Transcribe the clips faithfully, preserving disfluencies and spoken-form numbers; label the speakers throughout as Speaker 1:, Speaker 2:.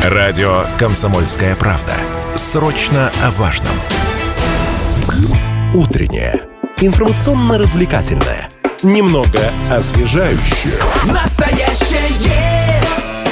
Speaker 1: Радио «Комсомольская правда». Срочно о важном. Утреннее. Информационно-развлекательное. Немного освежающее.
Speaker 2: Настоящее.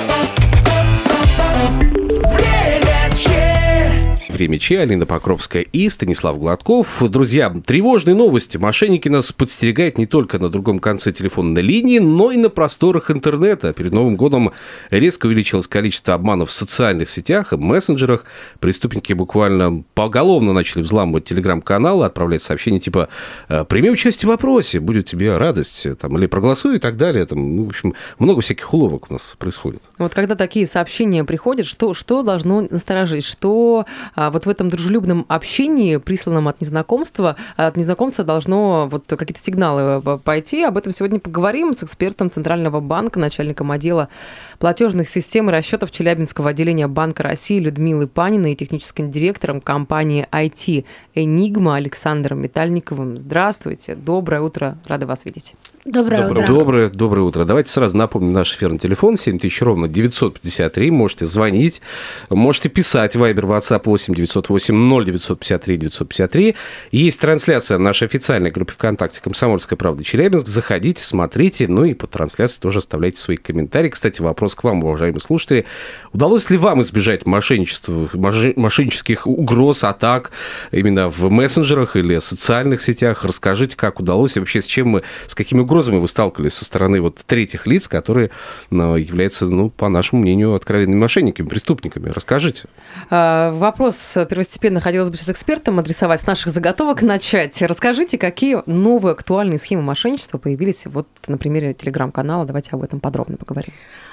Speaker 2: Время Че.
Speaker 3: Время Че, Алина Покровская и Станислав Гладков. Друзья, тревожные новости. Мошенники нас подстерегают не только на другом конце телефонной линии, но и на просторах интернета. Перед Новым годом резко увеличилось количество обманов в социальных сетях и мессенджерах. Преступники буквально поголовно начали взламывать телеграм-каналы, отправлять сообщения типа «Прими участие в опросе, будет тебе радость», там, или «Проголосуй» и так далее. Там, ну, в общем, много всяких уловок у нас происходит.
Speaker 4: Вот когда такие сообщения приходят, что, что должно насторожить? Что а, вот в этом дружелюбном общении, присланном от незнакомства, от незнакомца должно вот какие-то сигналы пойти? Об этом сегодня поговорим с экспертом Центрального банка, начальником отдела платежных систем и расчетов Челябинского отделения Банка России Людмилой Паниной и техническим директором компании ай ти «Энигма» Александром Метальниковым. Здравствуйте, доброе утро, рада вас видеть.
Speaker 5: Доброе,
Speaker 3: доброе
Speaker 5: утро.
Speaker 3: Доброе, доброе утро. Давайте сразу напомним наш эфирный телефон семь тысяч ровно девятьсот пятьдесят три. Можете звонить, можете писать Viber, WhatsApp восемь девятьсот восемь ноль девятьсот пятьдесят три девятьсот пятьдесят три. Есть трансляция в нашей официальной группе ВКонтакте «Комсомольская правда Челябинск». Заходите, смотрите, ну и по трансляции тоже оставляйте свои комментарии. Кстати, вопрос к вам, уважаемые слушатели. Удалось ли вам избежать мошенничества, мошеннических угроз, атак именно в мессенджерах или социальных сетях? Расскажите, как удалось и вообще с чем мы, с какими угрозами вы сталкивались со стороны вот третьих лиц, которые ну, являются, ну, по нашему мнению, откровенными мошенниками, преступниками. Расскажите.
Speaker 4: Вопрос первостепенно хотелось бы с экспертом адресовать, с наших заготовок начать. Расскажите, какие новые актуальные схемы мошенничества появились вот на примере телеграм-канала. Давайте об этом подробно поговорим.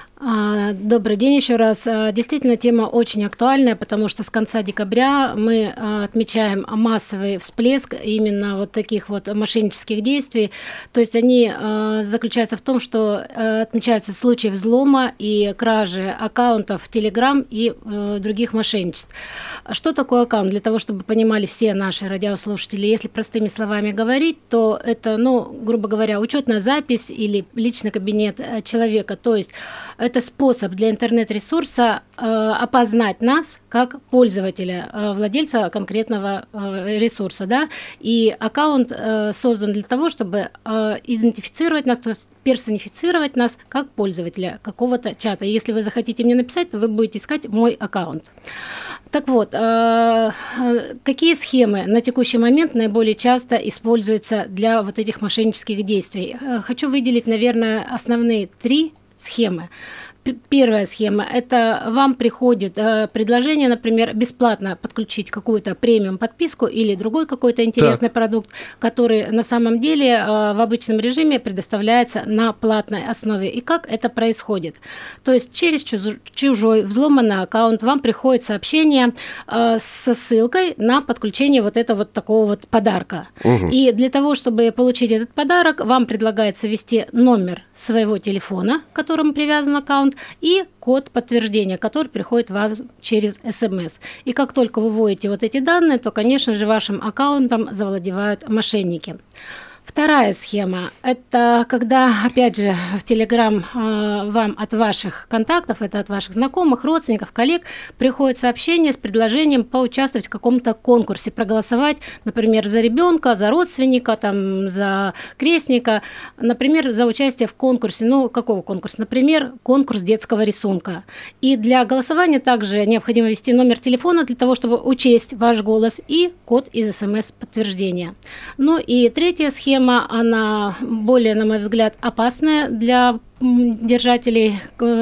Speaker 5: Добрый день еще раз. Действительно, тема очень актуальная, потому что с конца декабря мы отмечаем массовый всплеск именно вот таких вот мошеннических действий. То есть они заключаются в том, что отмечаются случаи взлома и кражи аккаунтов в Telegram и других мошенничеств. Что такое аккаунт? Для того, чтобы понимали все наши радиослушатели, если простыми словами говорить, то это, ну, грубо говоря, учетная запись или личный кабинет человека. То есть это способ для интернет-ресурса э, опознать нас как пользователя, э, владельца конкретного э, ресурса, да, и аккаунт э, создан для того, чтобы э, идентифицировать нас, то есть персонифицировать нас как пользователя какого-то чата. И если вы захотите мне написать, то вы будете искать мой аккаунт. Так вот, э, какие схемы на текущий момент наиболее часто используются для вот этих мошеннических действий? Хочу выделить, наверное, основные три схемы. Первая схема – это вам приходит э, предложение, например, бесплатно подключить какую-то премиум-подписку или другой какой-то интересный так. продукт, который на самом деле э, в обычном режиме предоставляется на платной основе. И как это происходит? То есть через чуж- чужой взломанный аккаунт вам приходит сообщение э, со ссылкой на подключение вот этого вот такого вот подарка. Угу. И для того, чтобы получить этот подарок, вам предлагается ввести номер своего телефона, к которому привязан аккаунт, и код подтверждения, который приходит вам через СМС. И как только вы вводите вот эти данные, то, конечно же, вашим аккаунтом завладевают мошенники. Вторая схема – это когда, опять же, в Telegram э, вам от ваших контактов, это от ваших знакомых, родственников, коллег, приходит сообщение с предложением поучаствовать в каком-то конкурсе, проголосовать, например, за ребенка, за родственника, там, за крестника, например, за участие в конкурсе. Ну, какого конкурса? Например, конкурс детского рисунка. И для голосования также необходимо ввести номер телефона для того, чтобы учесть ваш голос и код из СМС-подтверждения. Ну и третья схема, она более, на мой взгляд, опасная для держателей,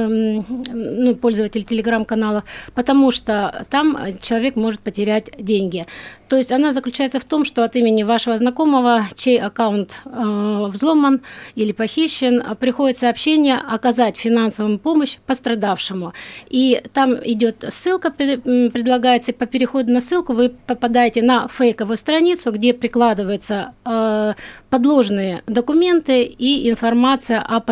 Speaker 5: ну, пользователей телеграм-каналов, потому что там человек может потерять деньги. То есть она заключается в том, что от имени вашего знакомого, чей аккаунт э, взломан или похищен, приходит сообщение оказать финансовую помощь пострадавшему. И там идет ссылка, предлагается, по переходу на ссылку вы попадаете на фейковую страницу, где прикладываются э, подложные документы и информация о пострадавшем.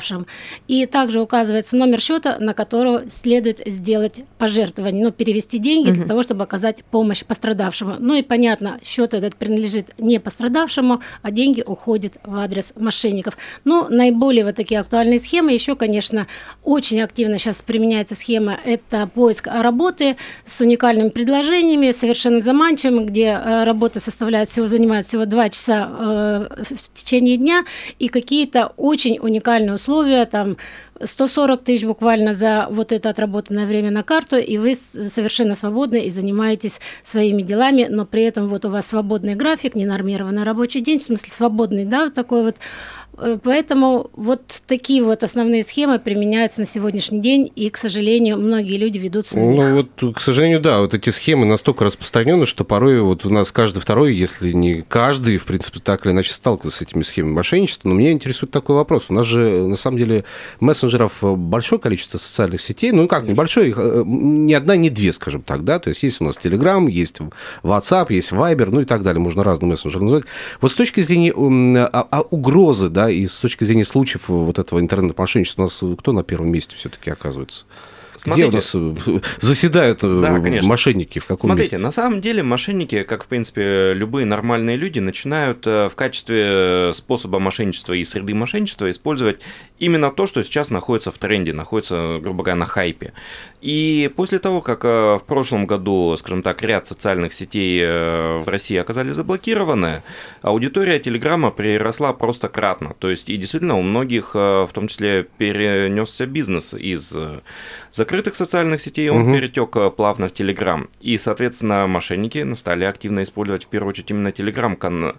Speaker 5: пострадавшим. И также указывается номер счета, на который следует сделать пожертвование, ну, перевести деньги угу. для того, чтобы оказать помощь пострадавшему. Ну и понятно, счет этот принадлежит не пострадавшему, а деньги уходят в адрес мошенников. Ну, наиболее вот такие актуальные схемы. Еще, конечно, очень активно сейчас применяется схема, это поиск работы с уникальными предложениями, совершенно заманчивыми, где работа составляет всего, занимает всего два часа э, в течение дня, и какие-то очень уникальные условия, там, сто сорок тысяч буквально за вот это отработанное время на карту, и вы совершенно свободны и занимаетесь своими делами, но при этом вот у вас свободный график, ненормированный рабочий день, в смысле свободный, да, вот такой вот. Поэтому вот такие вот основные схемы применяются на сегодняшний день, и, к сожалению, многие люди ведутся на них.
Speaker 3: Ну вот, к сожалению, да, вот эти схемы настолько распространены, что порой вот у нас каждый второй, если не каждый, в принципе, так или иначе сталкивается с этими схемами мошенничества. Но меня интересует такой вопрос. У нас же, на самом деле, мессенджеров большое количество социальных сетей, ну как, небольшое, ни одна, ни две, скажем так, да, то есть есть у нас Telegram, есть WhatsApp, есть Viber, ну и так далее, можно разные мессенджеры называть. Вот с точки зрения а, а угрозы, да, и с точки зрения случаев вот этого интернет-мошенничества, у нас кто на первом месте все-таки оказывается? Смотрите, где у нас заседают да, мошенники, в каком
Speaker 6: Смотрите,
Speaker 3: месте?
Speaker 6: На самом деле мошенники, как, в принципе, любые нормальные люди, начинают в качестве способа мошенничества и среды мошенничества использовать именно то, что сейчас находится в тренде, находится, грубо говоря, на хайпе. И после того, как в прошлом году, скажем так, ряд социальных сетей в России оказались заблокированы, аудитория Телеграма приросла просто кратно. То есть, и действительно, у многих, в том числе, перенесся бизнес из закрытых социальных сетей, он угу. перетек плавно в Телеграм. И, соответственно, мошенники стали активно использовать, в первую очередь, именно Телеграм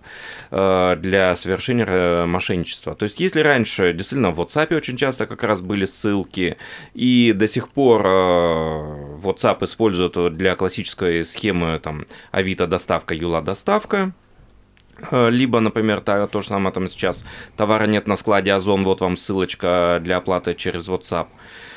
Speaker 6: для совершения мошенничества. То есть, если раньше, действительно, в WhatsApp очень часто как раз были ссылки, и до сих пор WhatsApp используют для классической схемы там, Авито-доставка, Юла-доставка, либо, например, то, то же самое там сейчас, товара нет на складе Озон, вот вам ссылочка для оплаты через WhatsApp,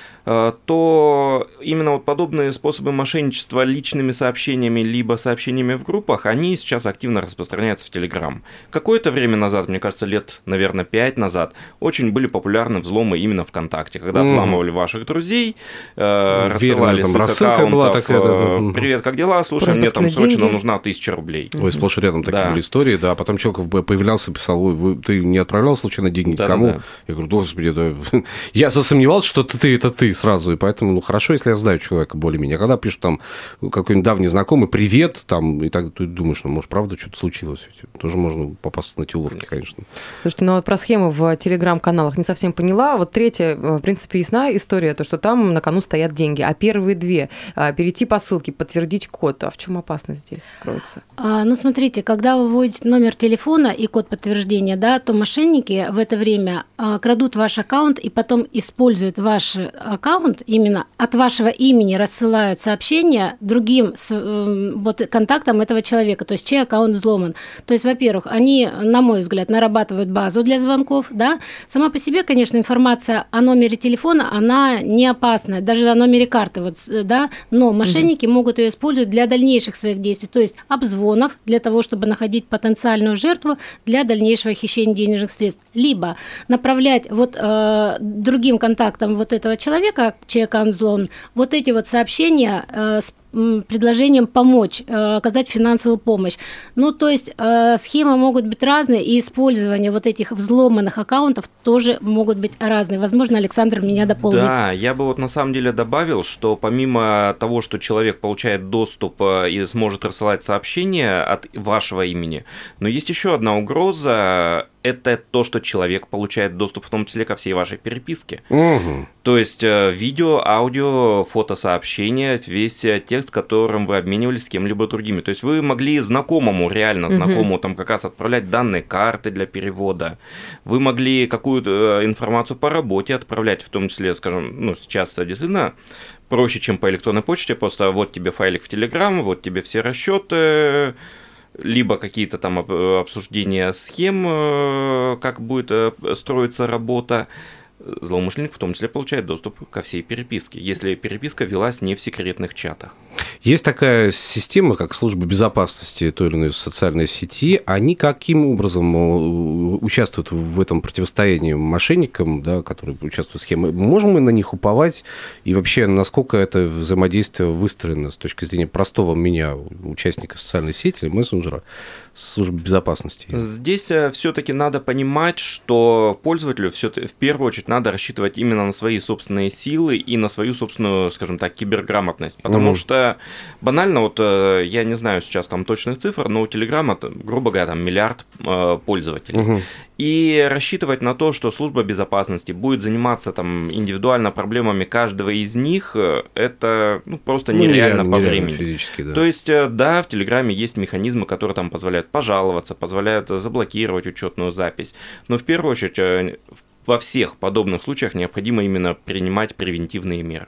Speaker 6: то именно вот подобные способы мошенничества личными сообщениями либо сообщениями в группах, они сейчас активно распространяются в Telegram. Какое-то время назад, мне кажется, лет, наверное, пять назад, очень были популярны взломы именно ВКонтакте, когда взламывали mm. ваших друзей, э, рассылали с их аккаунтов, была такая, да. «Привет, как дела? Слушай, Просто мне там срочно деньги. нужна тысяча рублей».
Speaker 3: Ой, сплошь и рядом такие да. были истории, да, а потом человек появлялся, писал: «Ой, вы, ты не отправлял случайно деньги да, кому?» Да, да. Я говорю: «Господи, да». Я засомневался, что ты это ты сразу, и поэтому, ну, хорошо, если я знаю человека более-менее. А когда пишут там какой-нибудь давний знакомый «привет», там, и так ты думаешь, ну, может, правда что-то случилось. Ведь тоже можно попасться на эти уловки, конечно.
Speaker 4: Слушайте, ну вот про схемы в телеграм-каналах не совсем поняла. Вот третья, в принципе, ясна история, то, что там на кону стоят деньги. А первые две – перейти по ссылке, подтвердить код. А в чем опасность здесь кроется?
Speaker 5: А, ну, смотрите, когда вы вводите номер телефона и код подтверждения, да, то мошенники в это время а, крадут ваш аккаунт и потом используют ваш аккаунт, именно от вашего имени рассылают сообщения другим вот, контактам этого человека, то есть чей аккаунт взломан. То есть, во-первых, они, на мой взгляд, нарабатывают базу для звонков, да. Сама по себе, конечно, информация о номере телефона, она не опасна, даже о номере карты, вот, да, но мошенники mm-hmm. могут ее использовать для дальнейших своих действий, то есть обзвонов, для того, чтобы находить потенциальную жертву для дальнейшего хищения денежных средств, либо направлять вот э, другим контактам вот этого человека, чей аккаунт взломан, вот эти вот сообщения э, с предложением помочь, оказать финансовую помощь. Ну, то есть схемы могут быть разные, и использование вот этих взломанных аккаунтов тоже могут быть разные. Возможно, Александр меня дополнит.
Speaker 6: Да, я бы вот на самом деле добавил, что помимо того, что человек получает доступ и сможет рассылать сообщения от вашего имени, но есть еще одна угроза. Это то, что человек получает доступ в том числе ко всей вашей переписке. Угу. То есть видео, аудио, фотосообщения, весь текст, которым вы обменивались с кем-либо другими. То есть вы могли знакомому, реально знакомому, угу. там как раз отправлять данные карты для перевода. Вы могли какую-то информацию по работе отправлять, в том числе, скажем, ну, сейчас действительно проще, чем по электронной почте. Просто вот тебе файлик в Telegram, вот тебе все расчеты, либо какие-то там обсуждения схем, как будет строиться работа. Злоумышленник в том числе получает доступ ко всей переписке, если переписка велась не в секретных чатах.
Speaker 3: Есть такая система, как служба безопасности той или иной социальной сети. Они каким образом участвуют в этом противостоянии мошенникам, да, которые участвуют в схеме? Можем мы на них уповать? И вообще, насколько это взаимодействие выстроено с точки зрения простого меня, участника социальной сети или мессенджера, службы безопасности?
Speaker 6: Здесь все-таки надо понимать, что пользователю все-таки в первую очередь надо рассчитывать именно на свои собственные силы и на свою собственную, скажем так, киберграмотность. Потому mm. что банально, вот я не знаю сейчас там точных цифр, но у Телеграма, грубо говоря, там миллиард пользователей. Mm-hmm. И рассчитывать на то, что служба безопасности будет заниматься там индивидуально проблемами каждого из них, это ну, просто ну, нереально, нереально по времени. Физически, да. То есть, да, в Телеграме есть механизмы, которые там позволяют пожаловаться, позволяют заблокировать учетную запись. Но в первую очередь во всех подобных случаях необходимо именно принимать превентивные меры.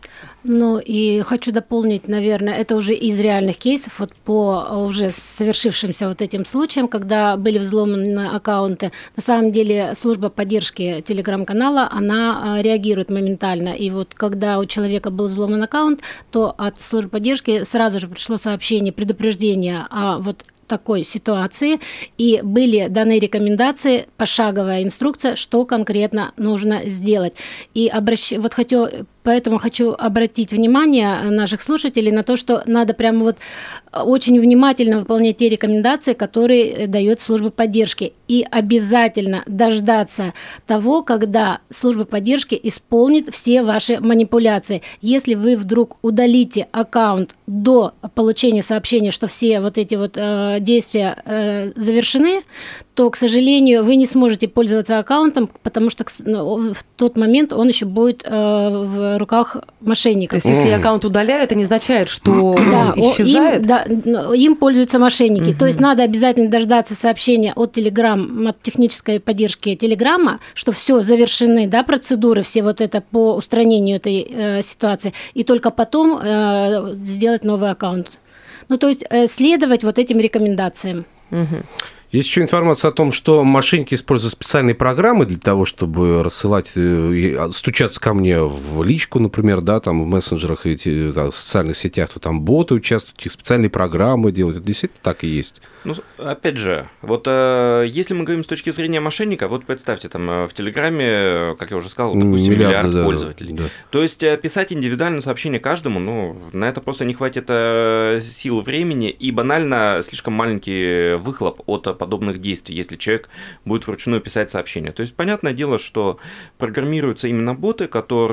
Speaker 5: Ну и хочу дополнить, наверное, это уже из реальных кейсов, вот по уже совершившимся вот этим случаям, когда были взломаны аккаунты. На самом деле служба поддержки телеграм-канала, она реагирует моментально. И вот когда у человека был взломан аккаунт, то от службы поддержки сразу же пришло сообщение, предупреждение о вот такой ситуации, и были даны рекомендации, пошаговая инструкция, что конкретно нужно сделать. И обращ... вот хочу... Поэтому хочу обратить внимание наших слушателей на то, что надо прямо вот очень внимательно выполнять те рекомендации, которые дает служба поддержки. И обязательно дождаться того, когда служба поддержки исполнит все ваши манипуляции. Если вы вдруг удалите аккаунт до получения сообщения, что все вот эти вот э, действия э, завершены, то, к сожалению, вы не сможете пользоваться аккаунтом, потому что в тот момент он еще будет э, в руках мошенников.
Speaker 4: То есть, если аккаунт удаляют, это не означает, что
Speaker 5: да,
Speaker 4: он исчезает?
Speaker 5: Им, да, им пользуются мошенники. Uh-huh. То есть, надо обязательно дождаться сообщения от Telegram, от технической поддержки Телеграма, что все завершены, да, процедуры, все вот это по устранению этой э, ситуации, и только потом э, сделать новый аккаунт. Ну, то есть, э, следовать вот этим рекомендациям.
Speaker 4: Uh-huh.
Speaker 3: Есть еще информация о том, что мошенники используют специальные программы для того, чтобы рассылать, стучаться ко мне в личку, например, да, там в мессенджерах и да, в социальных сетях, то там боты участвуют, их специальные программы делают. Это действительно так и есть.
Speaker 6: Ну, опять же, вот э, если мы говорим с точки зрения мошенника, вот представьте, там в Телеграме, как я уже сказал, допустим, миллиард, миллиард да, пользователей. Да. То есть писать индивидуальное сообщение каждому, ну, на это просто не хватит э, сил, времени, и банально слишком маленький выхлоп от подобных действий, если человек будет вручную писать сообщения. То есть, понятное дело, что программируются именно боты,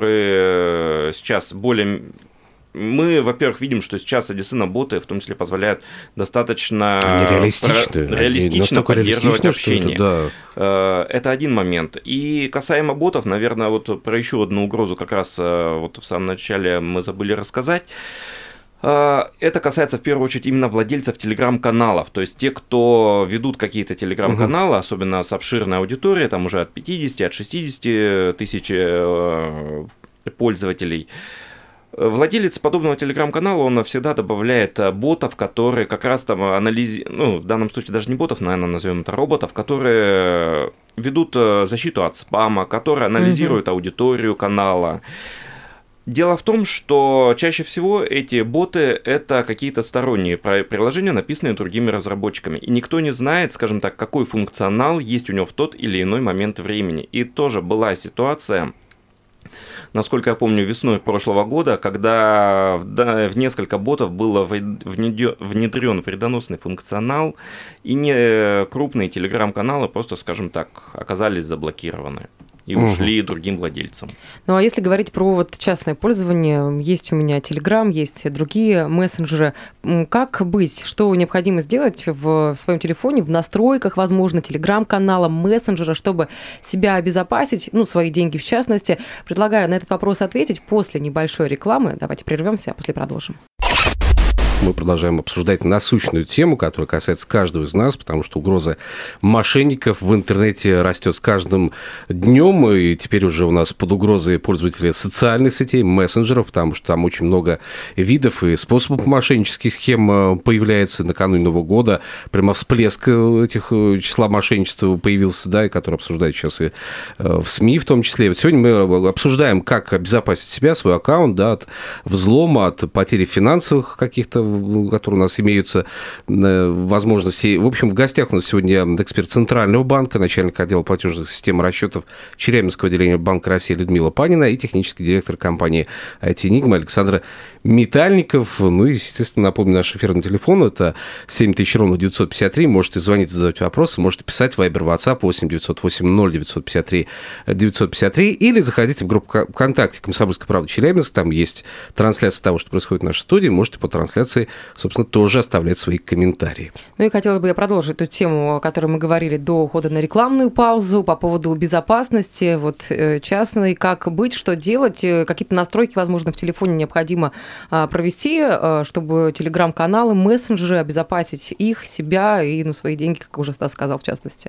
Speaker 6: которые сейчас более... Мы, во-первых, видим, что сейчас эй ди эс-боты в том числе позволяют достаточно
Speaker 3: реалистично,
Speaker 6: реалистично поддерживать общение.
Speaker 3: Это,
Speaker 6: да. Это один момент. И касаемо ботов, наверное, вот про еще одну угрозу как раз вот в самом начале мы забыли рассказать. Это касается в первую очередь именно владельцев телеграм-каналов, то есть те, кто ведут какие-то телеграм-каналы, uh-huh. особенно с обширной аудиторией, там уже от пятидесяти, от шестидесяти тысяч пользователей. Владелец подобного телеграм-канала, он всегда добавляет ботов, которые как раз там анализируют, ну, в данном случае даже не ботов, наверное, назовем это роботов, которые ведут защиту от спама, которые анализируют uh-huh. аудиторию канала. Дело в том, что чаще всего эти боты – это какие-то сторонние приложения, написанные другими разработчиками. И никто не знает, скажем так, какой функционал есть у него в тот или иной момент времени. И тоже была ситуация, насколько я помню, весной прошлого года, когда в несколько ботов было внедрен вредоносный функционал, и не крупные телеграм-каналы просто, скажем так, оказались заблокированы и ушли угу. другим владельцам.
Speaker 4: Ну, а если говорить про вот частное пользование, есть у меня Telegram, есть другие мессенджеры. Как быть? Что необходимо сделать в своем телефоне, в настройках, возможно, Telegram-канала, мессенджера, чтобы себя обезопасить, ну, свои деньги в частности? Предлагаю на этот вопрос ответить после небольшой рекламы. Давайте прервемся, а после продолжим.
Speaker 3: мы продолжаем обсуждать насущную тему, которая касается каждого из нас, потому что угроза мошенников в интернете растет с каждым днем, и теперь уже у нас под угрозой пользователи социальных сетей, мессенджеров, потому что там очень много видов и способов мошеннических схем появляется. Накануне Нового года прямо всплеск этих числа мошенничества появился, да, и который обсуждают сейчас и в СМИ в том числе. Вот сегодня мы обсуждаем, как обезопасить себя, свой аккаунт, да, от взлома, от потери финансовых каких-то, которые у нас имеются, возможностей. В общем, в гостях у нас сегодня эксперт Центрального банка, начальник отдела платежных систем и расчетов Челябинского отделения Банка России Людмила Панина и технический директор компании ай ти Enigma Александр Метальников. Ну и, естественно, напомню, наш эфирный телефон – это семь тысяч ровно девятьсот пятьдесят три. Можете звонить, задавать вопросы, можете писать в Viber, WhatsApp восемь девятьсот восемь ноль девятьсот пятьдесят три девятьсот пятьдесят три или заходите в группу ВКонтакте «Комсомольская правда Челябинск». Там есть трансляция того, что происходит в нашей студии. Можете по трансляции, собственно, тоже оставлять свои комментарии.
Speaker 4: Ну и хотела бы я продолжить эту тему, о которой мы говорили до ухода на рекламную паузу, по поводу безопасности вот, частной. Как быть, что делать? Какие-то настройки, возможно, в телефоне необходимо провести, чтобы телеграм-каналы, мессенджеры, обезопасить их, себя и ну, свои деньги, как уже Стас сказал, в частности.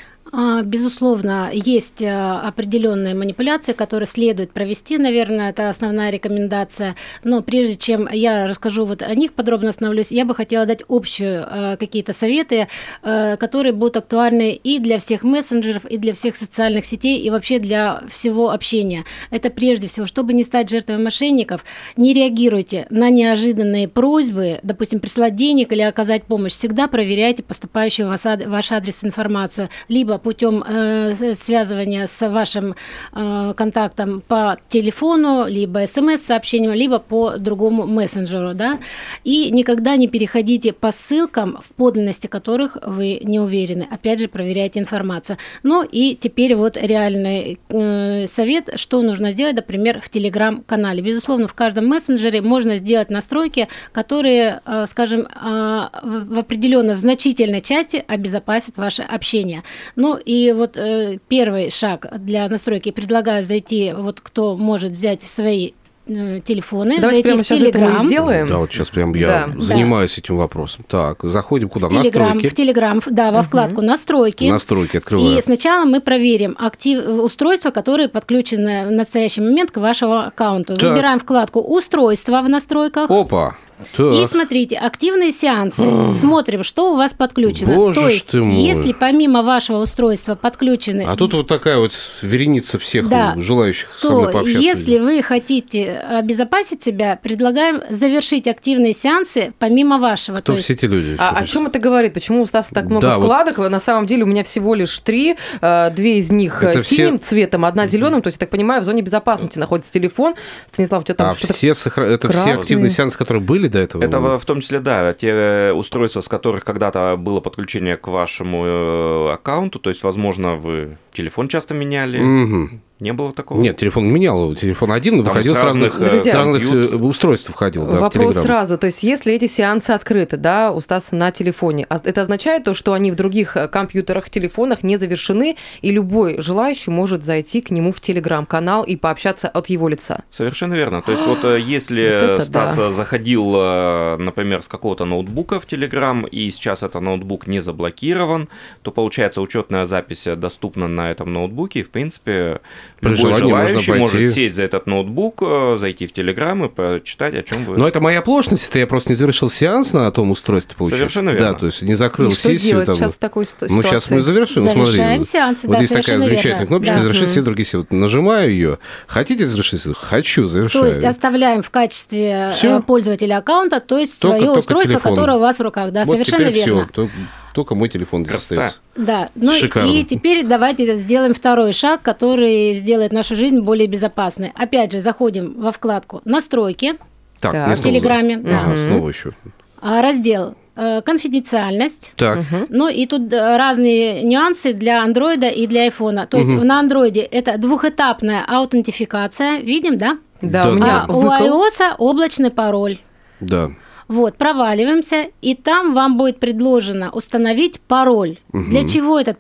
Speaker 5: Безусловно, есть определенные манипуляции, которые следует провести, наверное, это основная рекомендация. Но прежде чем я расскажу вот о них, подробно остановлюсь, я бы хотела дать общие какие-то советы, которые будут актуальны и для всех мессенджеров, и для всех социальных сетей, и вообще для всего общения. Это прежде всего, чтобы не стать жертвой мошенников, не реагируйте на неожиданные просьбы, допустим, прислать денег или оказать помощь. Всегда проверяйте поступающую в ваш адрес информацию, либо путем э, связывания с вашим э, контактом по телефону, либо смс-сообщением, либо по другому мессенджеру, да, и никогда не переходите по ссылкам, в подлинности которых вы не уверены. Опять же, проверяйте информацию. Ну и теперь вот реальный э, совет, что нужно сделать, например, в Телеграм-канале. Безусловно, в каждом мессенджере можно сделать настройки, которые, э, скажем, э, в определенной, в значительной части обезопасят ваше общение. Ну и вот э, первый шаг для настройки предлагаю зайти, вот кто может взять свои э, телефоны,
Speaker 4: Давайте
Speaker 5: зайти в Телеграм.
Speaker 4: сделаем.
Speaker 3: Да, вот сейчас прям я
Speaker 4: да.
Speaker 3: занимаюсь этим вопросом. Так, заходим куда?
Speaker 5: В Телеграм,
Speaker 3: настройки.
Speaker 5: в Телеграм, да, во вкладку «Настройки».
Speaker 3: Настройки открываю.
Speaker 5: И сначала мы проверим актив... устройства, которые подключены в настоящий момент к вашему аккаунту. Так. Выбираем вкладку «Устройства» в настройках.
Speaker 3: Опа! Так.
Speaker 5: И смотрите, активные сеансы. Смотрим, что у вас подключено.
Speaker 3: Боже
Speaker 5: То есть,
Speaker 3: ты мой.
Speaker 5: если помимо вашего устройства подключены...
Speaker 3: А тут вот такая вот вереница всех
Speaker 5: да,
Speaker 3: желающих
Speaker 5: то
Speaker 3: со мной пообщаться.
Speaker 5: Если вы хотите обезопасить себя, предлагаем завершить активные сеансы помимо вашего.
Speaker 3: Кто
Speaker 5: То есть...
Speaker 3: все эти люди?
Speaker 4: А о чем это говорит? Почему у Стаса так много
Speaker 3: да,
Speaker 4: вкладок? Вот... На самом деле у меня всего лишь три. Две из них это синим все... цветом, одна зеленым. То есть, я так понимаю, в зоне безопасности находится телефон. Станислав, у тебя там
Speaker 3: а
Speaker 4: что-то
Speaker 3: все сохра... это
Speaker 4: красные.
Speaker 3: все активные сеансы, которые были до этого?
Speaker 6: Это в том числе, да, те устройства, с которых когда-то было подключение к вашему аккаунту, то есть, возможно, вы телефон часто меняли.
Speaker 3: Угу.
Speaker 6: Не было такого?
Speaker 3: Нет, телефон не менял. Телефон один,
Speaker 6: там
Speaker 3: выходил с разных,
Speaker 4: Друзья,
Speaker 3: с разных устройств. Входил, да,
Speaker 4: вопрос
Speaker 3: в Телеграм.
Speaker 4: сразу. То есть, если эти сеансы открыты, да, у Стаса на телефоне, это означает то, что они в других компьютерах, телефонах не завершены, и любой желающий может зайти к нему в Телеграм-канал и пообщаться от его лица?
Speaker 6: Совершенно верно. То есть, вот если вот Стас да. заходил, например, с какого-то ноутбука в Телеграм, и сейчас этот ноутбук не заблокирован, то, получается, учетная запись доступна на этом ноутбуке, и, в принципе,
Speaker 3: При
Speaker 6: любой желающий может
Speaker 3: пойти.
Speaker 6: сесть за этот ноутбук, зайти в Телеграм и почитать, о чем вы...
Speaker 3: Но это моя оплошность, это я просто не завершил сеанс на том устройстве, получается.
Speaker 6: Совершенно верно.
Speaker 3: Да, то есть не закрыл
Speaker 4: и
Speaker 3: сессию.
Speaker 4: Что делать
Speaker 3: там...
Speaker 4: сейчас в такой ситуации?
Speaker 3: Ну, сейчас мы завершим,
Speaker 5: Завершаем
Speaker 3: смотри.
Speaker 5: сеансы,
Speaker 3: вот
Speaker 5: да,
Speaker 3: есть такая замечательная
Speaker 5: верно.
Speaker 3: кнопочка
Speaker 5: да.
Speaker 3: «Завершить все другие сеансы». Вот нажимаю ее. Хотите завершить? Хочу, завершаю.
Speaker 5: То есть оставляем в качестве
Speaker 3: Всё.
Speaker 5: пользователя аккаунта, то есть
Speaker 3: только,
Speaker 5: свое
Speaker 3: только
Speaker 5: устройство,
Speaker 3: телефон.
Speaker 5: которое у вас в руках. Да,
Speaker 3: вот
Speaker 5: совершенно верно.
Speaker 3: Всё. Только мой телефон здесь остается.
Speaker 5: Да, ну
Speaker 3: Шикарно.
Speaker 5: и теперь давайте сделаем второй шаг, который сделает нашу жизнь более безопасной. Опять же, заходим во вкладку «Настройки».
Speaker 3: Так,
Speaker 4: Так.
Speaker 3: мне
Speaker 5: В
Speaker 3: снова
Speaker 5: Телеграме.
Speaker 3: за- Ага,
Speaker 4: Мгм.
Speaker 3: снова еще.
Speaker 5: А, Раздел э, «Конфиденциальность».
Speaker 3: Так,
Speaker 4: Мгм.
Speaker 5: Ну и тут э, разные нюансы для андроида и для айфона. То есть
Speaker 3: Мгм.
Speaker 5: на андроиде это двухэтапная аутентификация. Видим, да?
Speaker 4: Да,
Speaker 3: Да,
Speaker 4: у меня
Speaker 5: А у
Speaker 4: выкл.
Speaker 5: iOS облачный пароль.
Speaker 3: да.
Speaker 5: Вот, проваливаемся, и там вам будет предложено установить пароль.
Speaker 3: Мгм.
Speaker 5: Для чего этот пароль?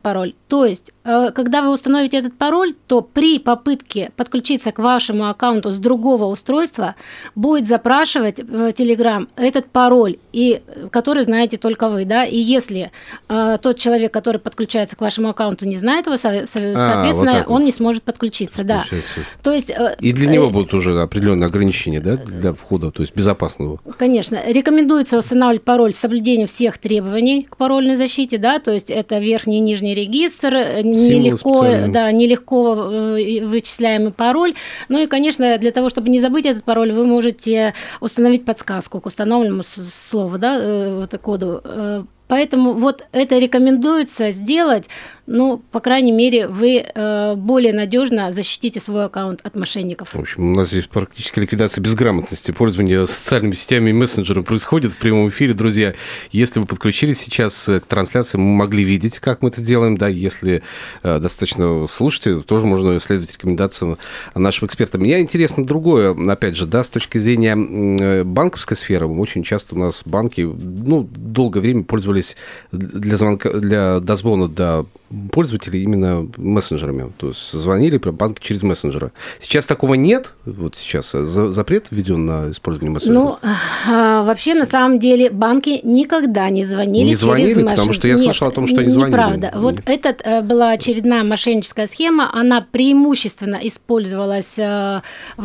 Speaker 5: То есть, когда вы установите этот пароль, то при попытке подключиться к вашему аккаунту с другого устройства будет запрашивать Telegram этот пароль, и, который знаете только вы, да, и если э, тот человек, который подключается к вашему аккаунту, не знает его, со- соответственно, а, вот он не сможет подключиться, да. То есть, э,
Speaker 3: и для него будут уже определенные ограничения, да, для входа, то есть безопасного.
Speaker 5: Конечно, рекомендуется устанавливать пароль с соблюдением всех требований к парольной защите, да, то есть это верхний и нижний регистр, нелегко, да, нелегко вычисляемый пароль. Ну и, конечно, для того, чтобы не забыть этот пароль, вы можете установить подсказку к установленному слову, да, вот, коду. Поэтому вот это рекомендуется сделать, ну, по крайней мере, вы э, более надежно защитите свой аккаунт от мошенников.
Speaker 3: В общем, у нас здесь практически ликвидация безграмотности. Пользование социальными сетями и мессенджером происходит в прямом эфире, друзья. Если вы подключились сейчас к трансляции, мы могли видеть, как мы это делаем. Да, если э, достаточно слушаете, тоже можно следовать рекомендациям нашим экспертам. Меня интересно другое, опять же, да, с точки зрения банковской сферы. Очень часто у нас банки, ну, долгое время пользовались для звонка, для дозвона до пользователей именно мессенджерами. То есть звонили прям банки через мессенджеры. Сейчас такого нет. Вот сейчас запрет введен на использование мессенджеров.
Speaker 5: Ну, а, вообще, на самом деле, банки никогда не звонили,
Speaker 3: не звонили через мессенджер. Потому что я
Speaker 5: Нет,
Speaker 3: слышал о том, что они звонили.
Speaker 5: Неправда. Вот это была очередная мошенническая схема. Она преимущественно использовалась в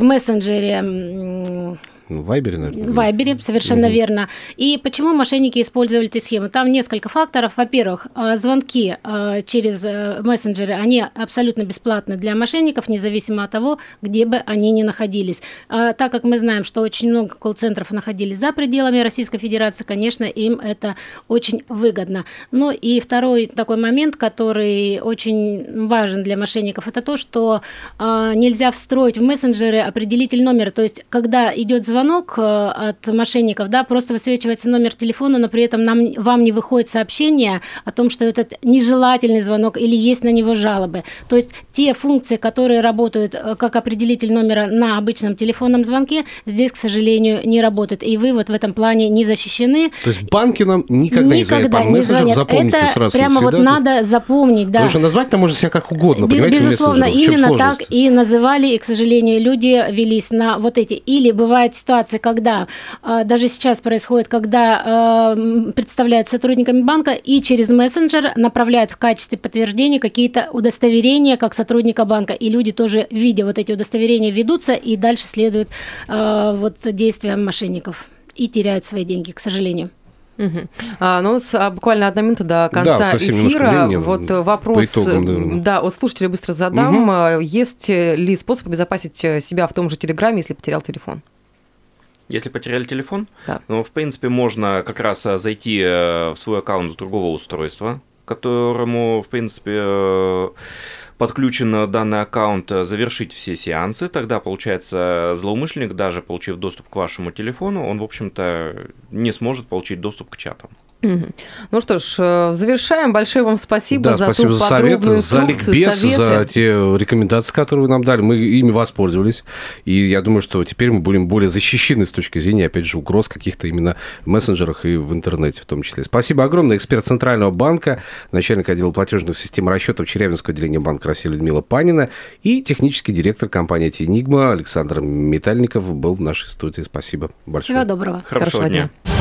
Speaker 5: мессенджере...
Speaker 3: В Вайбере, наверное.
Speaker 5: В Вайбере, совершенно угу. верно. И почему мошенники использовали эти схемы? Там несколько факторов. Во-первых, звонки через мессенджеры, они абсолютно бесплатны для мошенников, независимо от того, где бы они ни находились. Так как мы знаем, что очень много колл-центров находились за пределами Российской Федерации, конечно, им это очень выгодно. Ну и второй такой момент, который очень важен для мошенников, это то, что нельзя встроить в мессенджеры определитель номера. То есть, когда идет звонок, звонок от мошенников, да, просто высвечивается номер телефона, но при этом нам, вам не выходит сообщение о том, что это нежелательный звонок или есть на него жалобы. То есть те функции, которые работают как определитель номера на обычном телефонном звонке, здесь, к сожалению, не работают. И вы вот в этом плане не защищены.
Speaker 3: То есть банки нам никогда, никогда не звонят по мессенджерам, запомните
Speaker 5: это
Speaker 3: сразу.
Speaker 5: Прямо вот надо запомнить, да.
Speaker 3: Потому что назвать-то можно себя как угодно,
Speaker 5: Без,
Speaker 3: понимаете,
Speaker 5: безусловно, именно так и называли, и, к сожалению, люди велись на вот эти. Или бывает ситуации, когда э, даже сейчас происходит, когда э, представляют сотрудниками банка и через мессенджер направляют в качестве подтверждения какие-то удостоверения как сотрудника банка. И люди тоже, видя вот эти удостоверения, ведутся и дальше следуют э, вот действиям мошенников и теряют свои деньги, к сожалению.
Speaker 4: Угу. А, ну, с, буквально одна минута до конца
Speaker 3: да,
Speaker 4: эфира. Вот вопрос,
Speaker 3: итогам,
Speaker 4: да, от слушателя быстро задам. Угу. Есть ли способ обезопасить себя в том же Телеграме, если потерял телефон?
Speaker 6: Если потеряли телефон,
Speaker 4: да.
Speaker 6: ну, в принципе, можно как раз зайти в свой аккаунт с другого устройства, к которому, в принципе, подключен данный аккаунт, завершить все сеансы. Тогда, получается, злоумышленник, даже получив доступ к вашему телефону, он, в общем-то, не сможет получить доступ к чатам.
Speaker 4: Ну что ж, завершаем. Большое вам спасибо
Speaker 3: да,
Speaker 4: за
Speaker 3: спасибо
Speaker 4: ту
Speaker 3: за
Speaker 4: подробную
Speaker 3: совет, за ликбез,
Speaker 4: советы.
Speaker 3: за те рекомендации, которые вы нам дали. Мы ими воспользовались. И я думаю, что теперь мы будем более защищены с точки зрения, опять же, угроз каких-то именно в мессенджерах и в интернете в том числе. Спасибо огромное. Эксперт Центрального банка, начальник отдела платежных систем и расчетов Челябинского отделения Банка России Людмила Панина и технический директор компании «Энигма» Александр Метальников был в нашей студии. Спасибо большое.
Speaker 5: Всего доброго.
Speaker 6: Хорошего, Хорошего дня. дня.